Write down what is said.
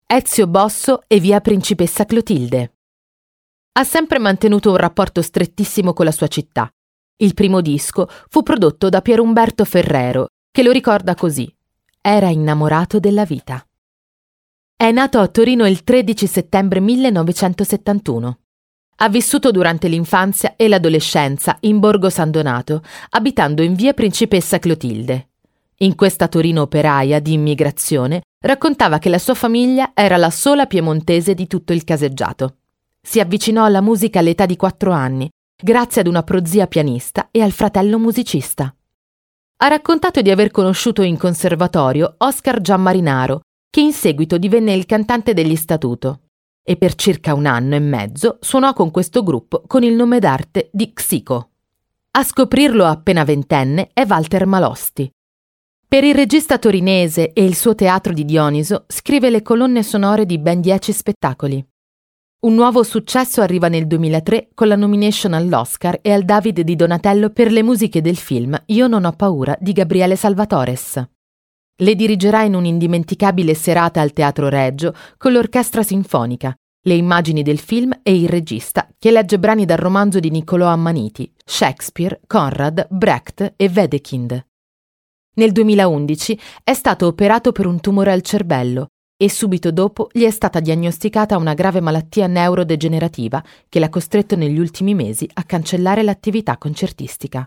Ezio Bosso e via Principessa Clotilde. Ha sempre mantenuto un rapporto strettissimo con la sua città. Il primo disco fu prodotto da Pier Umberto Ferrero, che lo ricorda così: era innamorato della vita. È nato a Torino il 13 settembre 1971. Ha vissuto durante l'infanzia e l'adolescenza in Borgo San Donato, abitando in via Principessa Clotilde. In questa Torino operaia di immigrazione raccontava che la sua famiglia era la sola piemontese di tutto il caseggiato. Si avvicinò alla musica all'età di 4 anni, grazie ad una prozia pianista e al fratello musicista. Ha raccontato di aver conosciuto in conservatorio Oscar Giammarinaro, che in seguito divenne il cantante degli Statuto, e per circa 1 anno e mezzo suonò con questo gruppo con il nome d'arte di Xico. A scoprirlo appena 20enne è Walter Malosti. Per il regista torinese e il suo Teatro di Dioniso scrive le colonne sonore di ben 10 spettacoli. Un nuovo successo arriva nel 2003 con la nomination all'Oscar e al David di Donatello per le musiche del film Io non ho paura di Gabriele Salvatores. Le dirigerà in un'indimenticabile serata al Teatro Regio con l'orchestra sinfonica, le immagini del film e il regista che legge brani dal romanzo di Niccolò Ammaniti, Shakespeare, Conrad, Brecht e Wedekind. Nel 2011 è stato operato per un tumore al cervello e subito dopo gli è stata diagnosticata una grave malattia neurodegenerativa che l'ha costretto negli ultimi mesi a cancellare l'attività concertistica.